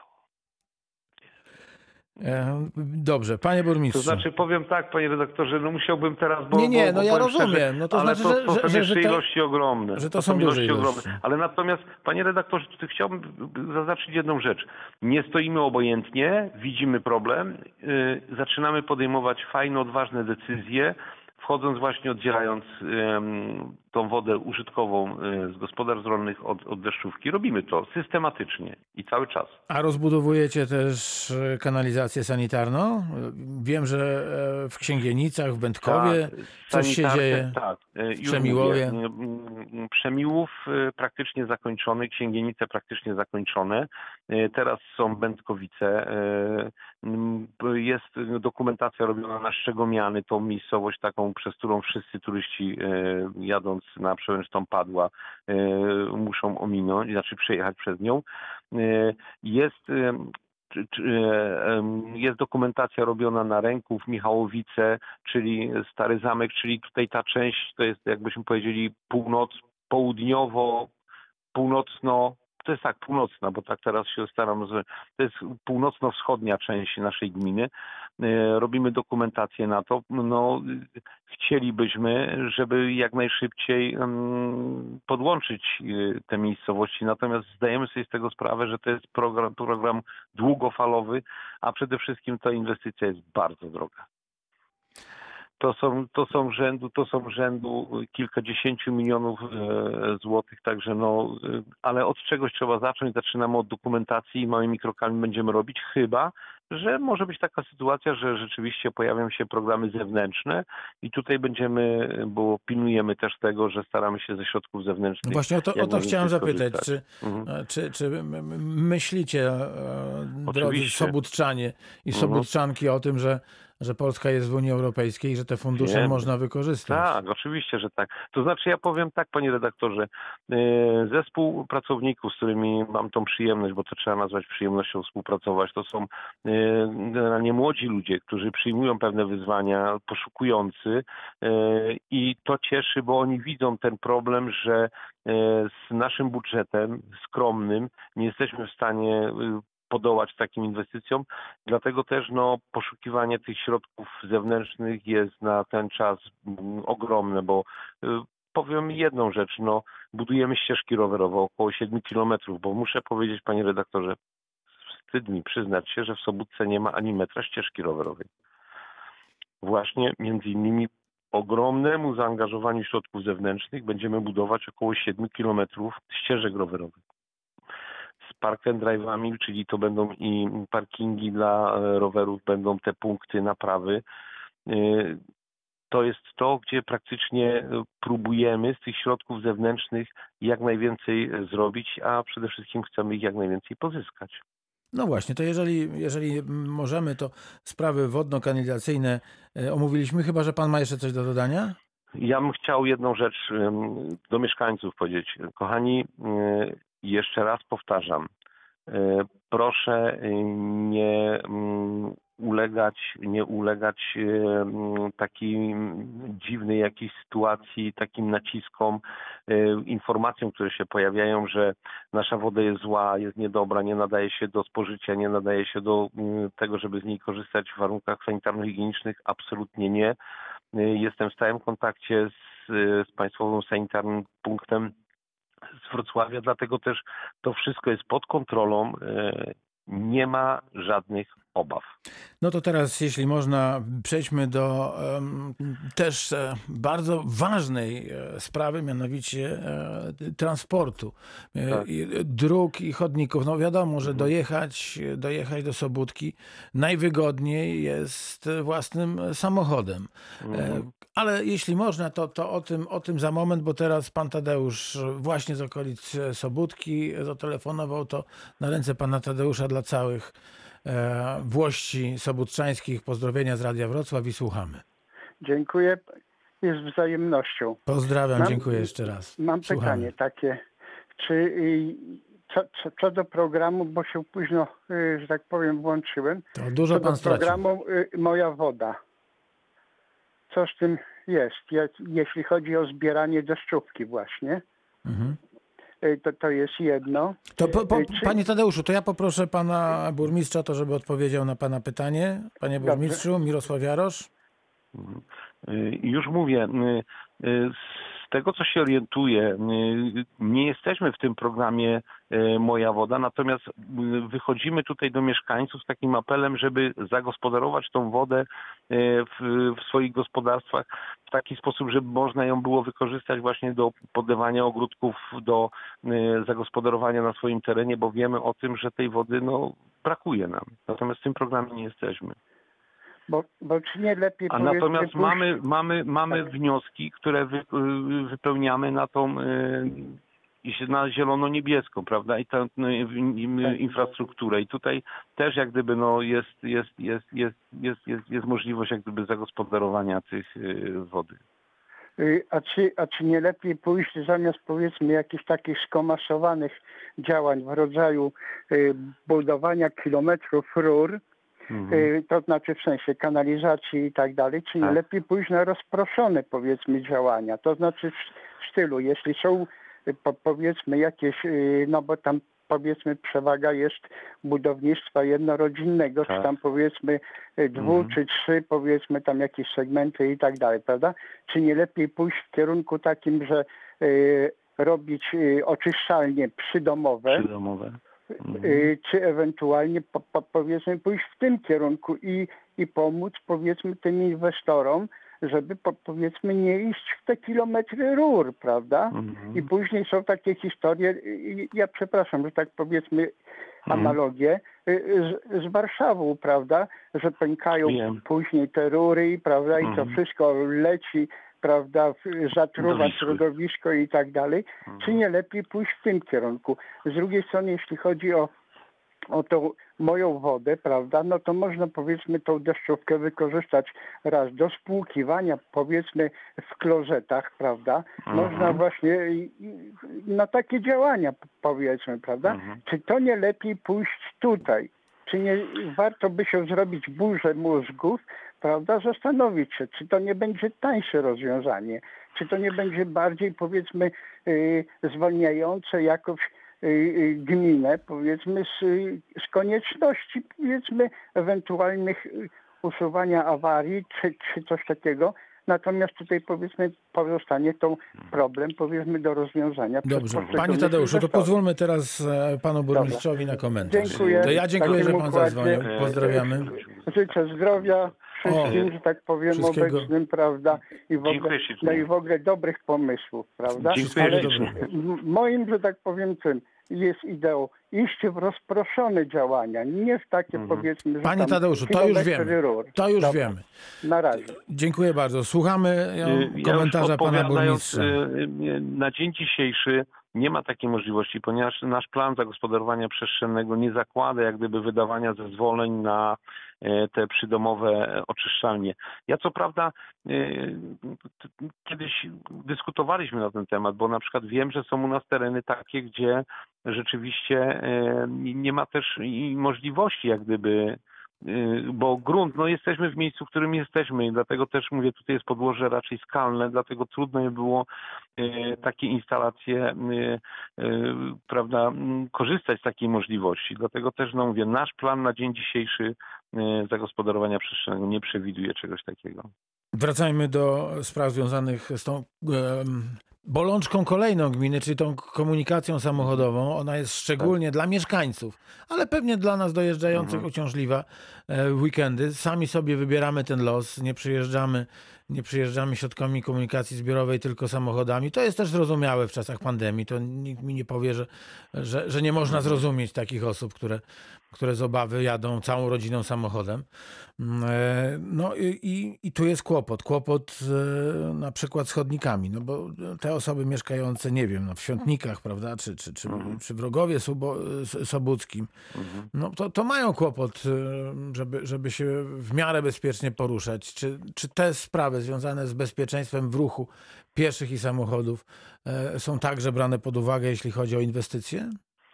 E, dobrze, panie To burmistrzu. znaczy powiem tak, panie redaktorze, no musiałbym teraz, bo, Nie, nie, bo, no bo ja powiem rozumiem. szczerze, No to ale znaczy, to, że- to że- są że- jeszcze że te- ilości ogromne. że to są duże ilości. ogromne. Ale natomiast, panie redaktorze, tu chciałbym zaznaczyć jedną rzecz. Nie stoimy obojętnie, widzimy problem, yy, zaczynamy podejmować fajne, odważne decyzje, wchodząc właśnie, oddzielając ym, tą wodę użytkową y, z gospodarstw rolnych od, od deszczówki. Robimy to systematycznie i cały czas. A rozbudowujecie też e, kanalizację sanitarną? E, Wiem, że e, w Księgienicach, w Bętkowie Tak, coś się sanitarkę, dzieje. Tak, e, już Przemiłowie. mówię. Mm, Przemiłów e, praktycznie zakończony, Księgienice praktycznie zakończone. E, Teraz są Bętkowice. E, mm, Jest dokumentacja robiona na Szczegomiany, tą miejscowość taką, przez którą wszyscy turyści e, jadąc na Przełęczną Padła e, muszą ominąć, znaczy przejechać przez nią. E, Jest e, czy- czy, e, em, jest dokumentacja robiona na Ręków, Michałowice, czyli Stary Zamek, czyli tutaj ta część to jest, jakbyśmy powiedzieli, północ, południowo, północno, to jest tak, północna, bo tak teraz się staram, że to jest północno-wschodnia część naszej gminy. E, Robimy dokumentację na to. No, e, chcielibyśmy, żeby jak najszybciej em, podłączyć e, te miejscowości, natomiast zdajemy sobie z tego sprawę, że to jest program, program długofalowy, a przede wszystkim ta inwestycja jest bardzo droga. To są, to są rzędu, to są rzędu kilkadziesięciu milionów e, złotych, także no, e, ale od czegoś trzeba zacząć. Zaczynamy od dokumentacji i małymi krokami będziemy robić, chyba że może być taka sytuacja, że rzeczywiście pojawią się programy zewnętrzne i tutaj będziemy, bo pilnujemy też tego, że staramy się ze środków zewnętrznych. Właśnie o to, jak o to chciałem najwięcej zapytać. skorzystać. Czy, Mhm. e, czy, czy m- m- myślicie, e, drodzy Oczywiście. sobótczanie i Mhm. sobótczanki, o tym, że, że Polska jest w Unii Europejskiej i że te fundusze Wiemy. można wykorzystać? Tak, oczywiście, że tak. To znaczy ja powiem tak, panie redaktorze, e, zespół pracowników, z którymi mam tą przyjemność, bo to trzeba nazwać przyjemnością współpracować, to są e, generalnie młodzi ludzie, którzy przyjmują pewne wyzwania, poszukujący e, i to cieszy, bo oni widzą ten problem, że e, z naszym budżetem skromnym nie jesteśmy w stanie e, podołać takim inwestycjom. Dlatego też no, poszukiwanie tych środków zewnętrznych jest na ten czas mm, ogromne, bo y, powiem jedną rzecz, no, budujemy ścieżki rowerowe około siedmiu kilometrów, bo muszę powiedzieć, panie redaktorze, wstyd mi przyznać się, że w Sobótce nie ma ani metra ścieżki rowerowej. Właśnie między innymi ogromnemu zaangażowaniu środków zewnętrznych będziemy budować około siedmiu kilometrów ścieżek rowerowych. Z park and drive'ami, czyli to będą i parkingi dla e, rowerów, będą te punkty naprawy. E, To jest to, gdzie praktycznie e, próbujemy z tych środków zewnętrznych jak najwięcej e, zrobić, a przede wszystkim chcemy ich jak najwięcej pozyskać. No właśnie, to jeżeli, jeżeli możemy, to sprawy wodno-kanalizacyjne e, omówiliśmy, chyba że pan ma jeszcze coś do dodania? Ja bym chciał jedną rzecz em, do mieszkańców powiedzieć. Kochani, e, jeszcze raz powtarzam, e, proszę e, nie mm, ulegać, nie ulegać e, mm, takiej dziwnej jakiejś sytuacji, takim naciskom, e, informacjom, które się pojawiają, że nasza woda jest zła, jest niedobra, nie nadaje się do spożycia, nie nadaje się do mm, tego, żeby z niej korzystać w warunkach sanitarno-higienicznych. Absolutnie nie. Jestem w stałym kontakcie z, z Państwowym Sanitarnym Punktem z Wrocławia, dlatego też to wszystko jest pod kontrolą. e, Nie ma żadnych obaw. No to teraz, jeśli można, przejdźmy do em, też e, bardzo ważnej e, sprawy, mianowicie e, transportu. E, Tak. i- dróg i chodników. No wiadomo, że dojechać, dojechać do Sobótki najwygodniej jest własnym samochodem. E, ale jeśli można, to, to o tym, o tym za moment, bo teraz pan Tadeusz właśnie z okolic Sobótki zatelefonował. To na ręce pana Tadeusza dla całych e, włości sobótczańskich. Pozdrowienia z Radia Wrocław i słuchamy. Dziękuję. Jest wzajemnością. Pozdrawiam, Mam- dziękuję jeszcze raz. Mam Słuchamy. pytanie takie. Czy y, co, co, co do programu, bo się późno, y, że tak powiem, włączyłem. To dużo Co pan do stracił. programu y, Moja Woda. Co z tym jest. jest. Jeśli chodzi o zbieranie deszczówki właśnie, Mhm. y, to, to jest jedno. To po, po, Y, czy- Panie Tadeuszu, to ja poproszę pana burmistrza, to żeby odpowiedział na pana pytanie. Panie Dobrze. burmistrzu, Mirosław Jarosz. Y, Już mówię, y, y, z tego co się orientuję, y, nie jesteśmy w tym programie y, Moja Woda, natomiast y, wychodzimy tutaj do mieszkańców z takim apelem, żeby zagospodarować tą wodę y, w, w swoich gospodarstwach w taki sposób, żeby można ją było wykorzystać właśnie do podlewania ogródków, do y, zagospodarowania na swoim terenie, bo wiemy o tym, że tej wody no, brakuje nam. Natomiast w tym programie nie jesteśmy. Bo, bo czy nie lepiej A powiedzmy natomiast pójść- mamy, mamy, mamy Tak. wnioski, które wy, y, wypełniamy na tą y, na zielono-niebieską, prawda? I tę y, y, infrastrukturę. I tutaj też jak gdyby no jest, jest, jest, jest, jest, jest, jest możliwość jak gdyby zagospodarowania tych y, wody. Y, A czy, a czy nie lepiej pójść zamiast powiedzmy jakichś takich skomasowanych działań w rodzaju y, budowania kilometrów rur, Mhm. y, to znaczy w sensie kanalizacji i tak dalej, czy nie Tak. lepiej pójść na rozproszone powiedzmy działania, to znaczy w, w stylu, jeśli są y, po, powiedzmy jakieś, y, no bo tam powiedzmy przewaga jest budownictwa jednorodzinnego, Tak. czy tam powiedzmy y, dwu Mhm. czy trzy powiedzmy tam jakieś segmenty i tak dalej, prawda? Czy nie lepiej pójść w kierunku takim, że y, robić y, oczyszczalnie przydomowe, Przydomowe. Mhm. y, czy ewentualnie po, po, powiedzmy pójść w tym kierunku i, i pomóc powiedzmy tym inwestorom, żeby po, powiedzmy nie iść w te kilometry rur, prawda? Mhm. I później są takie historie, y, ja przepraszam, że tak powiedzmy Mhm. analogię, y, z, z Warszawą, prawda? Że pękają Wiem. później te rury, prawda? I to Mhm. wszystko leci, prawda? w- Zatruwa Środowisko. środowisko i tak dalej. Czy nie lepiej pójść w tym kierunku? Z drugiej strony, jeśli chodzi o o tą moją wodę, prawda, no to można powiedzmy tą deszczówkę wykorzystać raz do spłukiwania powiedzmy w klozetach, prawda, Mhm. można właśnie i- i- na takie działania p- powiedzmy, prawda, Mhm. czy to nie lepiej pójść tutaj, czy nie warto by się zrobić burzę mózgów, prawda, zastanowić się, czy to nie będzie tańsze rozwiązanie, czy to nie będzie bardziej powiedzmy yy, zwalniające jakoś y, y, gminę, powiedzmy, z, y, z konieczności, powiedzmy, ewentualnych y, usuwania awarii, czy, czy coś takiego. Natomiast tutaj, powiedzmy, pozostanie to problem, powiedzmy, do rozwiązania. przez Dobrze. poszczególnych Panie Tadeuszu, to inwestorów. pozwólmy teraz e, panu burmistrzowi na komentarz. Dziękuję. To ja dziękuję, W że takim pan układzie. zadzwonił. Pozdrawiamy. Życzę zdrowia wszystkim, że tak powiem, Wszystkiego. obecnym, prawda, i w ogóle, Dziękuję ślicznie. no i w ogóle dobrych pomysłów, prawda? Dziękuję Ale ślicznie. m- moim, że tak powiem, tym jest ideą iść w rozproszone działania, nie w takie Mhm. powiedzmy, że Panie tam Tadeuszy, to już kilometry wiemy. rur. To już Dobra. wiemy. Na razie. Dziękuję bardzo. Słuchamy e, Y, Ja komentarza już pana odpowiadając, burmistrza. y, y, na dzień dzisiejszy nie ma takiej możliwości, ponieważ nasz plan zagospodarowania przestrzennego nie zakłada jak gdyby wydawania zezwoleń na e, te przydomowe oczyszczalnie. Ja co prawda e, t- t- kiedyś dyskutowaliśmy na ten temat, bo na przykład wiem, że są u nas tereny takie, gdzie rzeczywiście e, nie ma też i możliwości jak gdyby, y, bo grunt, no jesteśmy w miejscu, w którym jesteśmy i dlatego też mówię, tutaj jest podłoże raczej skalne, dlatego trudno by było y, takie instalacje, y, y, prawda, m, korzystać z takiej możliwości. Dlatego też, no mówię, nasz plan na dzień dzisiejszy y, zagospodarowania przestrzennego nie przewiduje czegoś takiego. Wracajmy do spraw związanych z tą em, bolączką kolejną gminy, czyli tą komunikacją samochodową. Ona jest szczególnie dla mieszkańców, ale pewnie dla nas dojeżdżających Mhm. uciążliwa e, w weekendy. Sami sobie wybieramy ten los, nie przyjeżdżamy, nie przyjeżdżamy środkami komunikacji zbiorowej, tylko samochodami. To jest też zrozumiałe w czasach pandemii. To nikt mi nie powie, że, że, że nie można zrozumieć takich osób, które, które z obawy jadą całą rodziną samochodem. Mm, e, No i, i, i tu jest kłopot. Kłopot e, na przykład z chodnikami, no bo te osoby mieszkające, nie wiem, no w Świątnikach, prawda, czy, czy, czy, Mhm. czy w Rogowie Subo, S- Sobuckim, Mhm. no to, to mają kłopot, e, żeby, żeby się w miarę bezpiecznie poruszać. Czy, czy te sprawy związane z bezpieczeństwem w ruchu pieszych i samochodów e, są także brane pod uwagę, jeśli chodzi o inwestycje?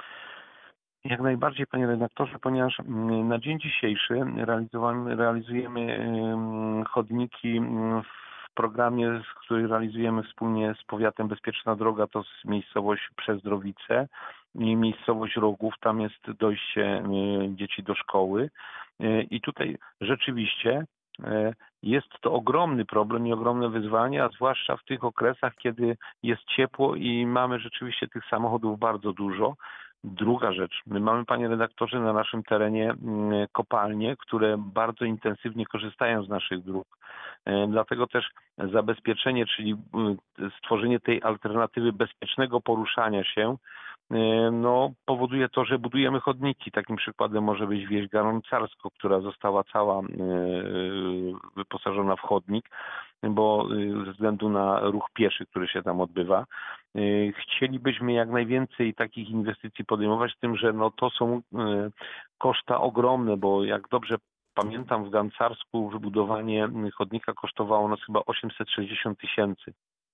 Jak najbardziej, panie redaktorze, ponieważ mm, na dzień dzisiejszy realizowamy, realizujemy ym, chodniki mm, w programie, który realizujemy wspólnie z powiatem Bezpieczna Droga, to jest miejscowość Przezdrowice i miejscowość Rogów, tam jest dojście dzieci do szkoły. I tutaj rzeczywiście jest to ogromny problem i ogromne wyzwanie, a zwłaszcza w tych okresach, kiedy jest ciepło i mamy rzeczywiście tych samochodów bardzo dużo. Druga rzecz, my mamy, panie redaktorze, na naszym terenie kopalnie, które bardzo intensywnie korzystają z naszych dróg. Dlatego też zabezpieczenie, czyli stworzenie tej alternatywy bezpiecznego poruszania się, no, powoduje to, że budujemy chodniki. Takim przykładem może być wieś Garoncarsko, która została cała wyposażona w chodnik, bo ze względu na ruch pieszy, który się tam odbywa. Chcielibyśmy jak najwięcej takich inwestycji podejmować, z tym, że no, to są koszta ogromne, bo jak dobrze pamiętam, w Gancarsku wybudowanie chodnika kosztowało nas chyba osiemset sześćdziesiąt tysięcy.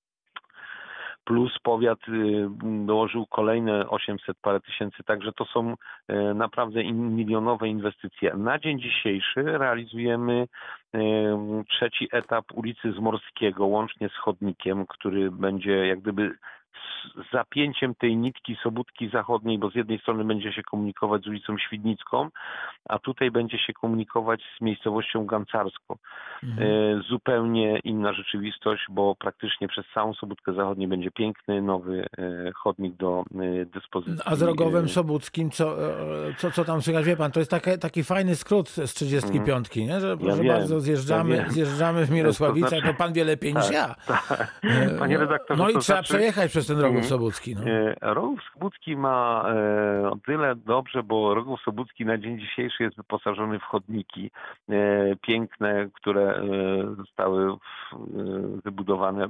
Plus powiat dołożył kolejne osiemset parę tysięcy, także to są naprawdę milionowe inwestycje. Na dzień dzisiejszy realizujemy trzeci etap ulicy Zmorskiego, łącznie z chodnikiem, który będzie jak gdyby z zapięciem tej nitki Sobótki Zachodniej, bo z jednej strony będzie się komunikować z ulicą Świdnicką, a tutaj będzie się komunikować z miejscowością Gancarsko. Mhm. Zupełnie inna rzeczywistość, bo praktycznie przez całą Sobótkę Zachodnią będzie piękny, nowy chodnik do dyspozycji. A z Rogowem Sobóckim, co, co, co tam słychać? Wie pan, to jest taki, taki fajny skrót z trzydziestki piątki, nie? Że proszę ja bardzo, zjeżdżamy, ja zjeżdżamy w Mirosławicach, to, znaczy, to pan wie lepiej tak, niż ja. Tak. Panie redaktorze, no i to trzeba znaczy... przejechać przez ten Rogów Sobócki. No. Rogów Sobócki ma o tyle dobrze, bo Rogów Sobócki na dzień dzisiejszy jest wyposażony w chodniki piękne, które zostały wybudowane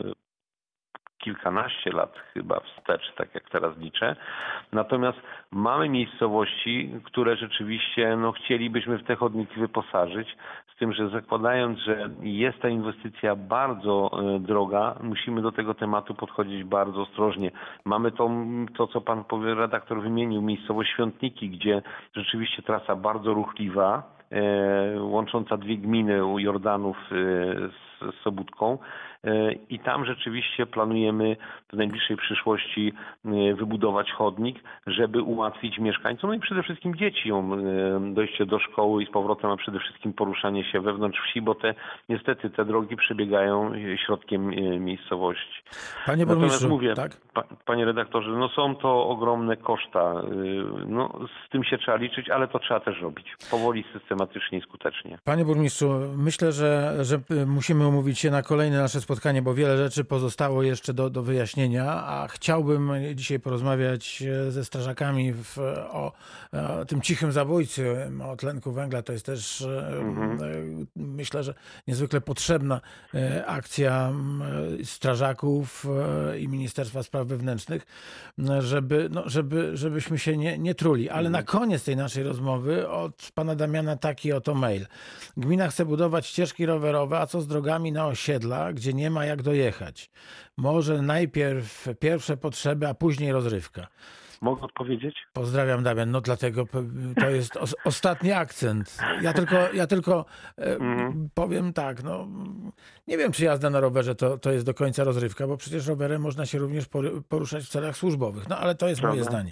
kilkanaście lat chyba wstecz, tak jak teraz liczę. Natomiast mamy miejscowości, które rzeczywiście no, chcielibyśmy w te chodniki wyposażyć, z tym, że zakładając, że jest ta inwestycja bardzo y, droga, musimy do tego tematu podchodzić bardzo ostrożnie. Mamy to, to co pan redaktor wymienił, miejscowość Świątniki, gdzie rzeczywiście trasa bardzo ruchliwa, y, łącząca dwie gminy u Jordanów y, z, z Sobótką. I tam rzeczywiście planujemy w najbliższej przyszłości wybudować chodnik, żeby ułatwić mieszkańcom, no i przede wszystkim dzieciom dojście do szkoły i z powrotem, a przede wszystkim poruszanie się wewnątrz wsi, bo te niestety te drogi przebiegają środkiem miejscowości. Panie burmistrzu, mówię, tak? pa, panie redaktorze, no są to ogromne koszta. No, z tym się trzeba liczyć, ale to trzeba też robić. Powoli, systematycznie i skutecznie. Panie burmistrzu, myślę, że, że musimy umówić się na kolejne nasze spotkanie, bo wiele rzeczy pozostało jeszcze do, do wyjaśnienia, a chciałbym dzisiaj porozmawiać ze strażakami w, o, o tym cichym zabójcy, o tlenku węgla. To jest też mhm. myślę, że niezwykle potrzebna akcja strażaków i Ministerstwa Spraw Wewnętrznych, żeby, no, żeby, żebyśmy się nie, nie truli. Ale mhm. na koniec tej naszej rozmowy od pana Damiana taki oto mail. Gmina chce budować ścieżki rowerowe, a co z drogami na osiedla, gdzie nie ma jak dojechać? Może najpierw pierwsze potrzeby, a później rozrywka. Mogę odpowiedzieć? Pozdrawiam, Damian. No dlatego to jest os ostatni akcent. Ja tylko, ja tylko e, mm. powiem tak, no nie wiem, czy jazda na rowerze to, to jest do końca rozrywka, bo przecież rowerem można się również poruszać w celach służbowych. No ale to jest Prawda? moje zdanie.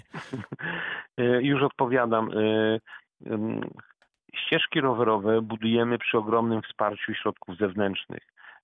Już odpowiadam. Ścieżki rowerowe budujemy przy ogromnym wsparciu środków zewnętrznych.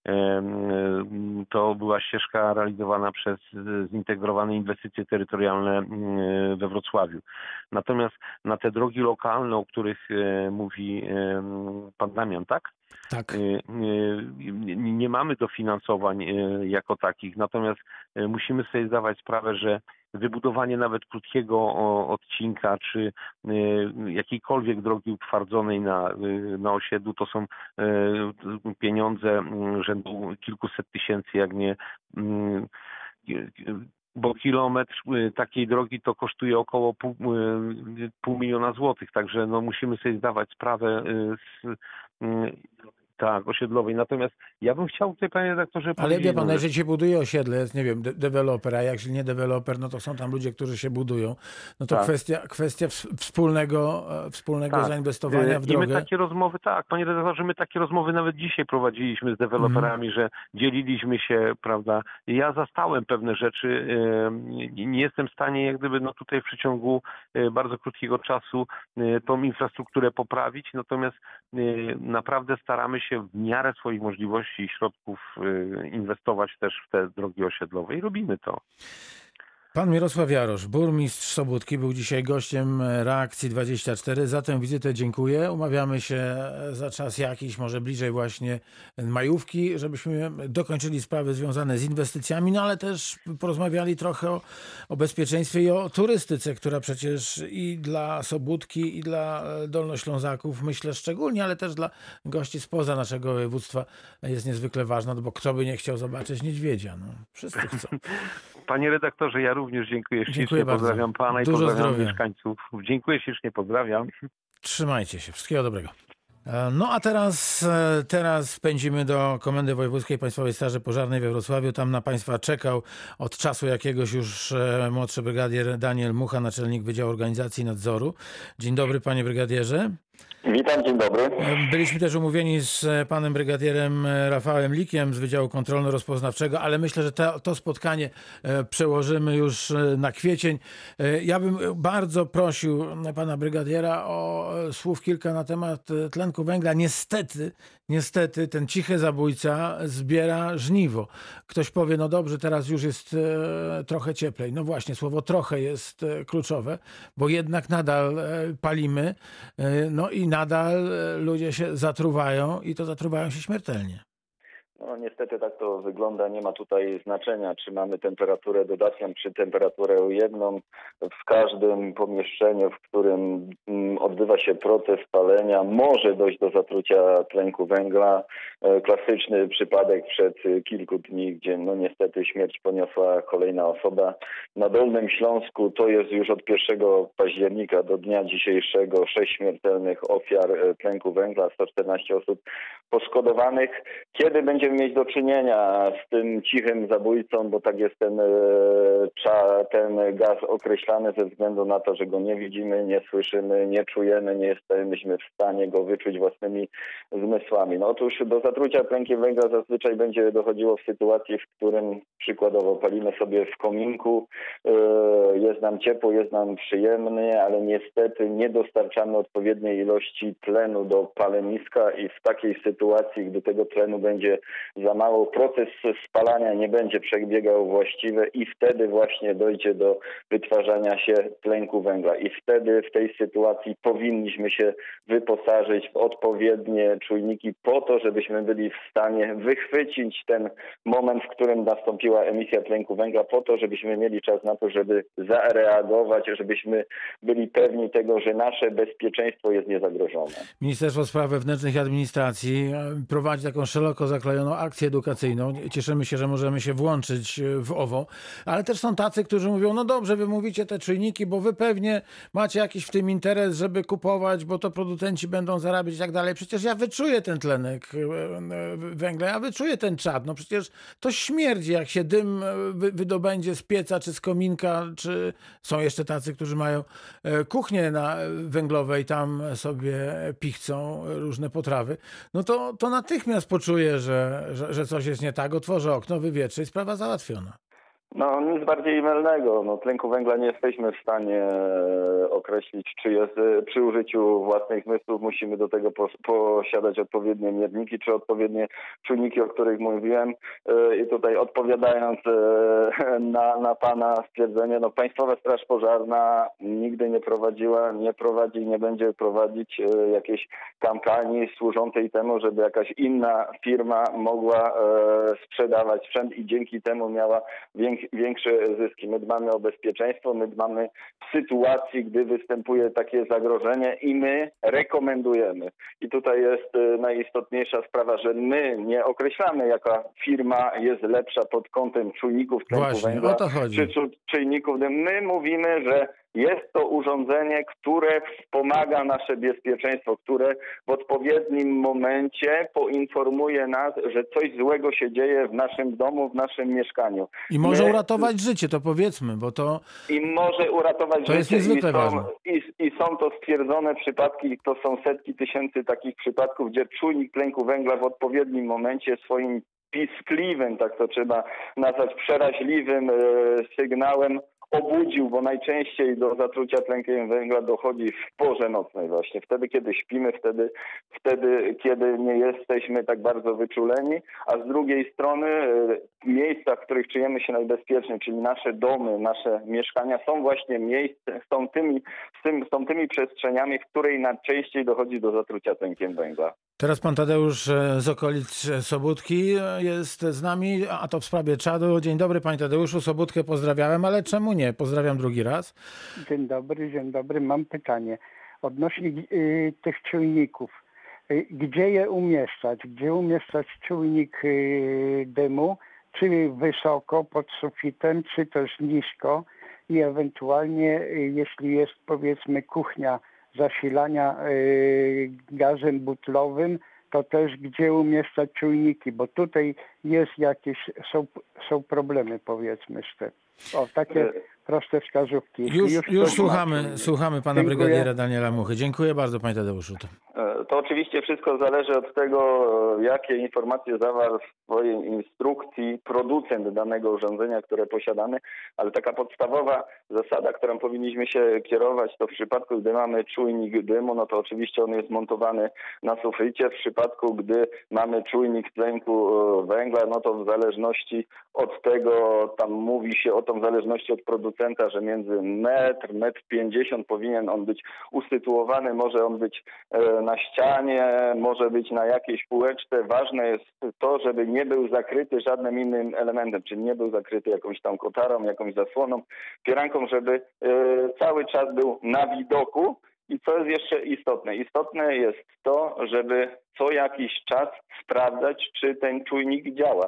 To była ścieżka realizowana przez zintegrowane inwestycje terytorialne we Wrocławiu. Natomiast na te drogi lokalne, o których mówi pan Damian, tak? Tak. Nie mamy dofinansowań jako takich, natomiast musimy sobie zdawać sprawę, że wybudowanie nawet krótkiego odcinka, czy jakiejkolwiek drogi utwardzonej na, na osiedlu, to są pieniądze rzędu kilkuset tysięcy, jak nie, bo kilometr takiej drogi to kosztuje około pół, pół miliona złotych, także no musimy sobie zdawać sprawę z Tak, osiedlowej. Natomiast ja bym chciał tutaj, panie redaktorze, Ale powiedzieć... wie pan, no, jeżeli się buduje osiedle, jest, nie wiem, de deweloper, a jak nie deweloper, no to są tam ludzie, którzy się budują, no to Tak. kwestia, kwestia wspólnego, wspólnego tak. zainwestowania w I my drogę. takie rozmowy, tak, panie redaktorze, my takie rozmowy nawet dzisiaj prowadziliśmy z deweloperami, Mhm. że dzieliliśmy się, prawda. Ja zastałem pewne rzeczy, nie, nie jestem w stanie jak gdyby no tutaj w przeciągu bardzo krótkiego czasu tą infrastrukturę poprawić, natomiast naprawdę staramy się w miarę swoich możliwości i środków inwestować też w te drogi osiedlowe i robimy to. Pan Mirosław Jarosz, burmistrz Sobótki, był dzisiaj gościem Reakcji dwadzieścia cztery. Za tę wizytę dziękuję. Umawiamy się za czas jakiś, może bliżej właśnie majówki, żebyśmy dokończyli sprawy związane z inwestycjami, no ale też porozmawiali trochę o, o bezpieczeństwie i o turystyce, która przecież i dla Sobótki, i dla Dolnoślązaków, myślę szczególnie, ale też dla gości spoza naszego województwa jest niezwykle ważna, no bo kto by nie chciał zobaczyć niedźwiedzia? No, wszyscy chcą. Panie redaktorze, ja również dziękuję ślicznie, Dziękuję bardzo. pozdrawiam pana i Dużo pozdrawiam zdrowia. mieszkańców. Dziękuję ślicznie, pozdrawiam. Trzymajcie się. Wszystkiego dobrego. No a teraz, teraz pędzimy do Komendy Wojewódzkiej Państwowej Straży Pożarnej we Wrocławiu. Tam na Państwa czekał od czasu jakiegoś już młodszy brygadier Daniel Mucha, naczelnik Wydziału Organizacji i Nadzoru. Dzień dobry, panie brygadzierze. Witam, dzień dobry. Byliśmy też umówieni z panem brygadzierem Rafałem Likiem z Wydziału Kontrolno-Rozpoznawczego, ale myślę, że to, to spotkanie przełożymy już na kwiecień. Ja bym bardzo prosił pana brygadiera o słów kilka na temat tlenku węgla. Niestety, niestety ten cichy zabójca zbiera żniwo. Ktoś powie, no dobrze, teraz już jest trochę cieplej. No właśnie, słowo trochę jest kluczowe, bo jednak nadal palimy, no i nadal ludzie się zatruwają i to zatruwają się śmiertelnie. No niestety tak to wygląda. Nie ma tutaj znaczenia, czy mamy temperaturę dodatnią, czy temperaturę ujemną. W każdym pomieszczeniu, w którym odbywa się proces palenia, może dojść do zatrucia tlenku węgla. Klasyczny przypadek przed kilku dni, gdzie no niestety śmierć poniosła kolejna osoba. Na Dolnym Śląsku to jest już od pierwszego października do dnia dzisiejszego sześć śmiertelnych ofiar tlenku węgla, sto czternaście osób poszkodowanych. Kiedy będziemy mieć do czynienia z tym cichym zabójcą, bo tak jest ten, ten gaz określany ze względu na to, że go nie widzimy, nie słyszymy, nie czujemy, nie jesteśmy w stanie go wyczuć własnymi zmysłami. No otóż do zatrucia tlenkiem węgla zazwyczaj będzie dochodziło w sytuacji, w którym przykładowo palimy sobie w kominku, jest nam ciepło, jest nam przyjemnie, ale niestety nie dostarczamy odpowiedniej ilości tlenu do paleniska i w takiej sytuacji, gdy tego tlenu będzie za mało, proces spalania nie będzie przebiegał właściwie i wtedy właśnie dojdzie do wytwarzania się tlenku węgla. I wtedy w tej sytuacji powinniśmy się wyposażyć w odpowiednie czujniki po to, żebyśmy byli w stanie wychwycić ten moment, w którym nastąpiła emisja tlenku węgla, po to, żebyśmy mieli czas na to, żeby zareagować, żebyśmy byli pewni tego, że nasze bezpieczeństwo jest niezagrożone. Ministerstwo Spraw Wewnętrznych i Administracji prowadzi taką szeroko zakrojoną akcję edukacyjną. Cieszymy się, że możemy się włączyć w owo, ale też są tacy, którzy mówią, no dobrze, wy mówicie te czujniki, bo wy pewnie macie jakiś w tym interes, żeby kupować, bo to producenci będą zarabiać i tak dalej. Przecież ja wyczuję ten tlenek węgla, ja wyczuję ten czad. No przecież to śmierdzi, jak się dym wydobędzie z pieca, czy z kominka, czy są jeszcze tacy, którzy mają kuchnię na węglowej, tam sobie pichcą różne potrawy. No to, to natychmiast poczuję, że, że, że coś jest nie tak, otworzę okno, wywietrzy i sprawa załatwiona. No nic bardziej mylnego. No, tlenku węgla nie jesteśmy w stanie określić, czy jest przy użyciu własnych zmysłów. Musimy do tego pos posiadać odpowiednie mierniki, czy odpowiednie czujniki, o których mówiłem. I tutaj odpowiadając na, na pana stwierdzenie, no Państwowa Straż Pożarna nigdy nie prowadziła, nie prowadzi i nie będzie prowadzić jakiejś kampanii służącej temu, żeby jakaś inna firma mogła sprzedawać sprzęt i dzięki temu miała większy większe zyski. My dbamy o bezpieczeństwo, my dbamy w sytuacji, gdy występuje takie zagrożenie i my rekomendujemy. I tutaj jest najistotniejsza sprawa, że my nie określamy, jaka firma jest lepsza pod kątem czujników tlenku Właśnie, węgla, o to chodzi. czy czujników. My mówimy, że Jest to urządzenie, które wspomaga nasze bezpieczeństwo, które w odpowiednim momencie poinformuje nas, że coś złego się dzieje w naszym domu, w naszym mieszkaniu. I może My- uratować życie, to powiedzmy, bo to I może uratować To jest życie. niezwykle I są, ważne. i, I są to stwierdzone przypadki, to są setki tysięcy takich przypadków, gdzie czujnik tlenku węgla w odpowiednim momencie swoim piskliwym, tak to trzeba nazwać, przeraźliwym e, sygnałem obudził, bo najczęściej do zatrucia tlenkiem węgla dochodzi w porze nocnej właśnie. Wtedy, kiedy śpimy, wtedy, wtedy kiedy nie jesteśmy tak bardzo wyczuleni, a z drugiej strony e, miejsca, w których czujemy się najbezpieczniej, czyli nasze domy, nasze mieszkania są właśnie miejsce, są tymi, są, są tymi przestrzeniami, w której najczęściej dochodzi do zatrucia tlenkiem węgla. teraz pan Tadeusz e, z okolic e, Sobótki e, jest z nami, a to w sprawie czadu. Dzień dobry, panie Tadeuszu. Sobótkę pozdrawiałem, ale czemu nie? Pozdrawiam drugi raz. Dzień dobry, dzień dobry. Mam pytanie odnośnie y, tych czujników. Y, gdzie je umieszczać? Gdzie umieszczać czujnik y, dymu? Czy wysoko pod sufitem, czy też nisko? I ewentualnie, y, jeśli jest powiedzmy kuchnia zasilania y, gazem butlowym, to też gdzie umieszczać czujniki, bo tutaj jest jakieś, są, są problemy powiedzmy z tym. O, takie proste wskazówki. Jeśli Już, już ktoś ma słuchamy, czujnik. słuchamy pana Dziękuję. brygadiera Daniela Muchy. Dziękuję bardzo, panie Tadeuszu. E, To oczywiście wszystko zależy od tego, e, jakie informacje zawarł w swojej instrukcji producent danego urządzenia, które posiadamy, ale taka podstawowa zasada, którą powinniśmy się kierować, to w przypadku, gdy mamy czujnik dymu, no to oczywiście on jest montowany na suficie. W przypadku, gdy mamy czujnik tlenku e, węgla, no to w zależności od tego, tam mówi się o tym w zależności od producenta, że między metr, metr pięćdziesiąt powinien on być usytuowany, może on być e, na ścianie, może być na jakiejś półeczce. Ważne jest to, żeby nie był zakryty żadnym innym elementem, czyli nie był zakryty jakąś tam kotarą, jakąś zasłoną, firanką, żeby e, cały czas był na widoku. I co jest jeszcze istotne? Istotne jest to, żeby co jakiś czas sprawdzać, czy ten czujnik działa.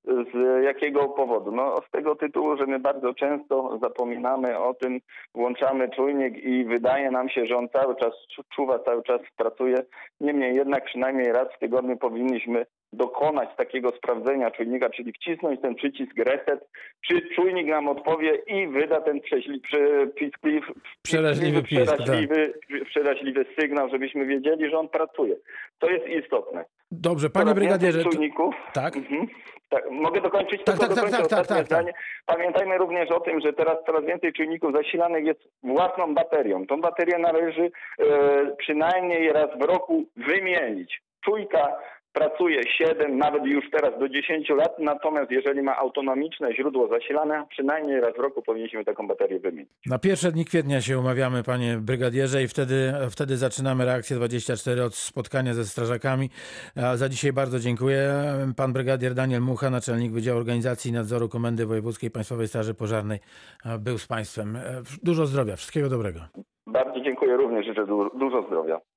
Z jakiego powodu? No z tego tytułu, że my bardzo często zapominamy o tym, włączamy czujnik i wydaje nam się, że on cały czas czuwa, cały czas pracuje. Niemniej jednak przynajmniej raz w tygodniu powinniśmy dokonać takiego sprawdzenia czujnika, czyli wcisnąć ten przycisk reset, czy czujnik nam odpowie i wyda ten prześli, przy, piskliw, Przeraźliwy pisk, przeraźliwy, przeraźliwy sygnał, żebyśmy wiedzieli, że on pracuje. To jest istotne. Dobrze, panie Coraz więcej brygadzierze. to- czujników. Tak? Mhm. Tak, mogę dokończyć? Tak, Tylko tak, tak, dokończę tak, tak, ostatnie tak, tak. zdanie. Pamiętajmy również o tym, że teraz coraz więcej czujników zasilanych jest własną baterią. Tą baterię należy e, przynajmniej raz w roku wymienić. Czujka pracuje siedem, nawet już teraz do dziesięciu lat, natomiast jeżeli ma autonomiczne źródło zasilania, przynajmniej raz w roku powinniśmy taką baterię wymienić. Na pierwsze dni kwietnia się umawiamy, panie brygadierze, i wtedy, wtedy zaczynamy reakcję dwadzieścia cztery od spotkania ze strażakami. A za dzisiaj bardzo dziękuję. Pan brygadier Daniel Mucha, naczelnik Wydziału Organizacji i Nadzoru Komendy Wojewódzkiej Państwowej Straży Pożarnej, był z państwem. Dużo zdrowia, wszystkiego dobrego. Bardzo dziękuję również, życzę du- dużo zdrowia.